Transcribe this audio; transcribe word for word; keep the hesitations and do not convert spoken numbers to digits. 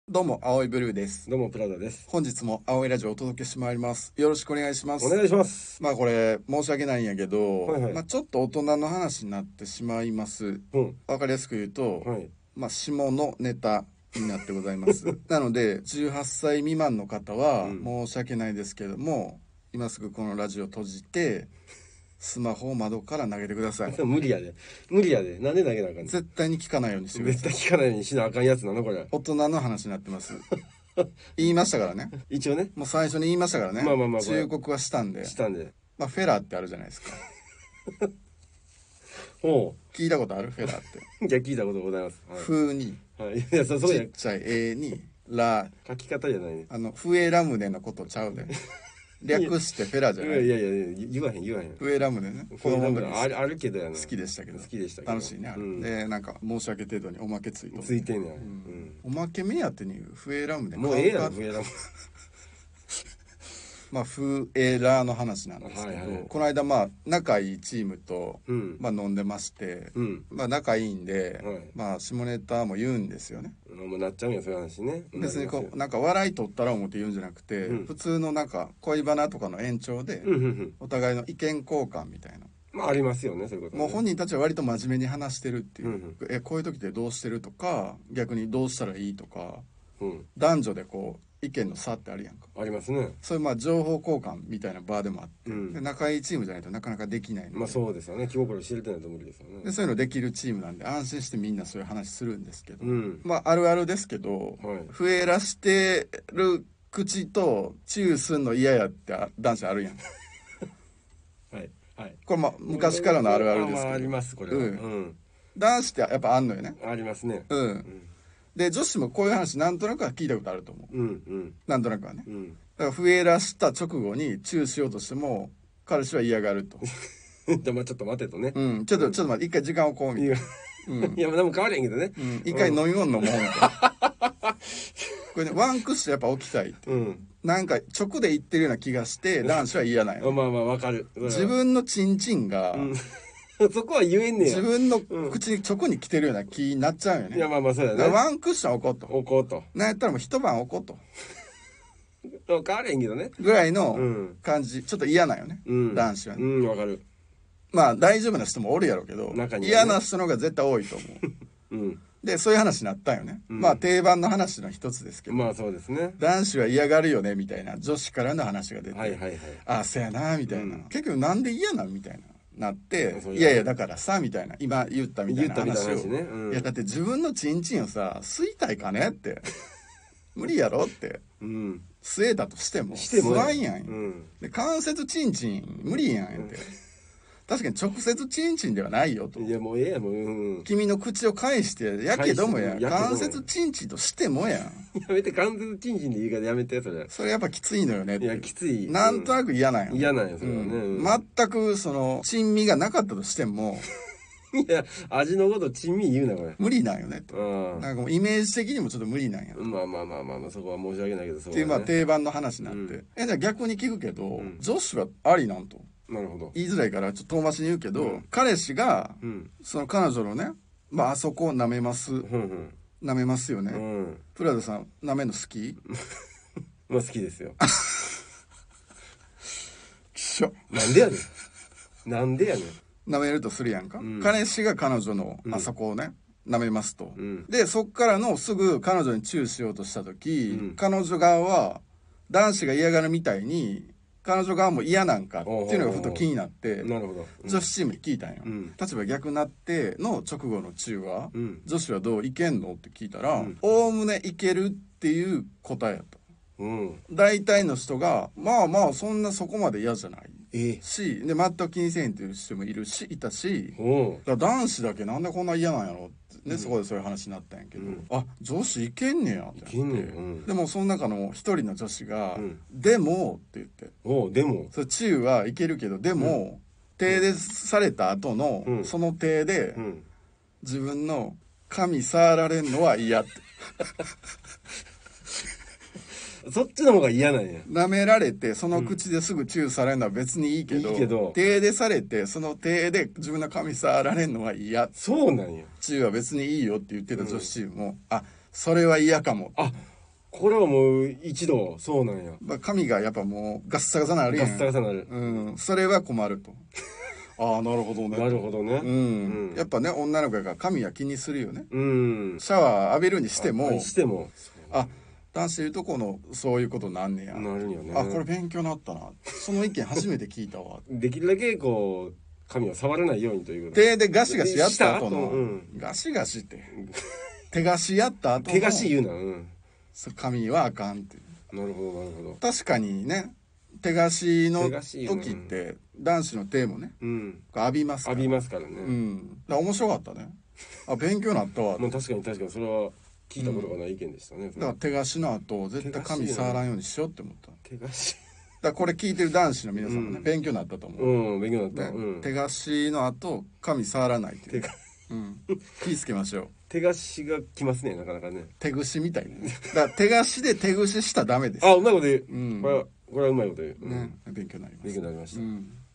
どうも、青いブルーです。 どうもプラダです。 本日も青いラジオをお届けしてまいります。よろしくお願いします。 お願いします。 まあこれ、申し訳ないんやけど、 はいはいまあちょっと大人の話になってしまいます。 うん。 わかりやすく言うと、 はい。 まあ下のネタになってございます。なので、じゅうはっさい未満の方はうん申し訳ないですけども、今すぐこのラジオを閉じて、スマホを窓から投げてください。 無理やで。無理やで。なんで投げなあかんねん。 絶対に聞かないようにしてください。 絶対聞かないようにしなあかんやつなのこれ。 大人の話になってます。言いましたからね。 一応ね。 もう最初に言いましたからね。 まあまあまあこれ忠告はしたんで。 したんで。 まあフェラーってあるじゃないですか。 ほ聞いたことあるフェラーって。 う。じゃあ聞いたことございます。 風にはい。はい。いや、そ、そうやちっ。ちゃいえにラ、 書き方じゃないね。 あのフエラムネのことちゃうで。略してフェラーじゃない。 いやいやいや、言わへん言わへん。 フエラムネね。子供の時あるあるけどやな。 好きでしたけど。 好きでしたけど。 楽しいねあれ。 うんでなんか申し訳程度におまけついと。 ついてんねや。ううんん。 おまけ目当てにフエラムネもうええやろ、 買増えらん。 まあフエラーの話なんですけど、 はいはいこの間まあ仲いいチームと、 うん。 まあ飲んでまして、 うん。 まあ仲いいんで、 はいまあ下ネタも言うんですよね。 もうなっちゃうんや、そういう話ね。 別にこなりますようなんか笑い取ったら思って言うんじゃなくて、 うん普通のなんか恋バナとかの延長で、 うんうんうん。 お互いの意見交換みたいな、 まあありますよね、そういうことね。 もう本人たちは割と真面目に話してるっていう、 うんえこういう時ってどうしてるとか逆にどうしたらいいとか、 うん。 男女でこう意見の差ってあるやんか。 ありますね。 そういうまあ情報交換みたいな場でもあって、 うんで仲いいチームじゃないとなかなかできないので、 まあそうですよね。気心知れてないと無理ですよね。 でそういうのできるチームなんで安心してみんなそういう話するんですけど、 うん。 まああるあるですけど、 はい。 増えらしてる口とチューすんの嫌やって男子あるやん。 はい。はい。 これまあ昔からのあるあるですまあまああけど、 ります、これは。 ううんん。 男子ってやっぱあんのよね。 ありますね。 うんうん。 で女子もこういう話なんとなくは聞いたことあると思う。 うん。うん。 なんとなくはね。 うん。 だから増えらした直後にチューしようとしても彼氏は嫌がると。 でもちょっと待てとね。 うんちょっとちょっと待って一回時間をこうみたいいや、 な。うんいや、でも変われへんけどね。 うん一回飲み物飲もうみたいな。これねワンクッションやっぱ起きたいってうん。 なんか直で言ってるような気がして男子は嫌なんよ。 まあまあわかる。 自分のチンチンがうん。そこは言えんねや。 自分の口に直に来てるような気になっちゃうよね。 いや、まあまあそうやね。 だからワンクッション置こうと。 置こうと。 なんやったらもう一晩置こうと。 変われへんけどね。 ぐらいうのん。 感じ、ちょっと嫌なんよね。 うん。 男子はね。 うん、わかる。 まあ大丈夫な人もおるやろうけど、 中にはね嫌な人の方が絶対多いと思う。 うん。 で、そういう話になったんよね。 うんまあ定番の話の一つですけど、 まあそうですね。 男子は嫌がるよねみたいな女子からの話が出て、 はいはいはい。 ああ、そうやなみたいな。 うん結局なんで嫌なんみたいな。なってそういういやいやだからさみたいな今言ったみたいな言ったみたいな話を話ね。うん。 いやだって自分のチンチンをさ吸いたいかねって無理やろってうん。 吸えたとしてもしても吸わんやん、 うん。 で間接チンチン無理やんって、確かに直接チンチンではないよと、 いやもうええやもう、うん、 君の口を返してやけどもや返してやけども間接チンチンとしてもやんやめて関節チンチンで言い方やめてそれ。 それやっぱきついのよねっていやきつい。 なんとなくく嫌なんよ、 嫌なんやそれはね。 うんうん全くその珍味がなかったとしてもいや味のこと珍味言うなこれ。 無理なんよねと、 うん。 なんかもうイメージ的にもちょっと無理なんや、 まあまあまあまあまあそこは申し訳ないけどそう、 っていうまあ定番の話になって、 うんえじゃあ逆に聞くけど、 ん女子はありなんとなるほど。 言いづらいからちょっと遠回しに言うけど、 うん彼氏がうんその彼女のね、まああそこを舐めますうん舐めますよね、 うんうん。 プラダさん舐めるの好き？ まあ好きですよ。 きしょなんでやねん。なんでやねん。 舐めるとするやんか、 うん彼氏が彼女のうんあそこをね舐めますと、 うんでそっからのすぐ彼女にチューしようとした時、 うん彼女側は男子が嫌がるみたいに彼女側も嫌なんかっていうのがふと気になってなるほど。 女子チームに聞いたんよ、 うん立場逆になっての直後のチューは、 うん女子はどういけんのって聞いたらうんおおむねいけるっていう答えやったうん。 大体の人がまあまあそんなそこまで嫌じゃないえ。 しで全く気にせえへんっていう人もいるしいたしうん。 だから男子だけなんでこんな嫌なんやろってね、そこでそういう話になったんやけど、 うんあ女子いけんねやってなっていけんねやうんでもその中の一人の女子が「 うんでも」って言っておうでも。 それチューはいけるけどでも、手でされた後の、 うんその手で、 うん。 自分の髪触られんのは嫌ってそっちの方が嫌なんや。 舐められてその口ですぐチューされるのは別にいいけど,、 いいけど手でされてその手で自分の髪触られんのは嫌そうなんや。 チューは別にいいよって言ってた女子チームも、あそれは嫌かもあ、 これはもう一度そうなんや。 まあ髪がやっぱもうガッサガサなるやん。 ガッサガサなる。 うん、それは困ると。ああなるほどね。 なるほどね。 うん、うん、やっぱね女の子が髪は気にするよね。 うん。 シャワー浴びるにしても。 しても。 あ、男子でいうとこのそういうことなんねや。 なるんよね。 あ、これ勉強になったな。その意見初めて聞いたわ。 できるだけこう髪を触らないようにという。 手でガシガシやった後の、 うん、 ガシガシって手ガシやった後の手ガシ言うな。うん。 髪はあかんって。 なるほどなるほど。 確かにね。手菓子の時って男子の手もね、うん、浴びますから浴びますからね、 うん、だ面白かったね。あ勉強になったわ。 まあ確かに確かにそれは聞いたことがない意見でしたね、うん、 だから手菓子の後絶対髪触らんようにしようって思った。 手菓子だからこれ聞いてる男子の皆さんもね、うん、勉強になったと思う。 うん勉強になった、 ねうん、 手菓子の後髪触らないっていう、うん、気ぃつけましょう。 手菓子がきますねなかなかね。 手ぐしみたいなね。だから手菓子で手ぐししたらダメです。 あうまいこと言う、 うん、 これはこれはうまいこと言う、 ね、うん、勉強になりました。 勉強になりました、 うん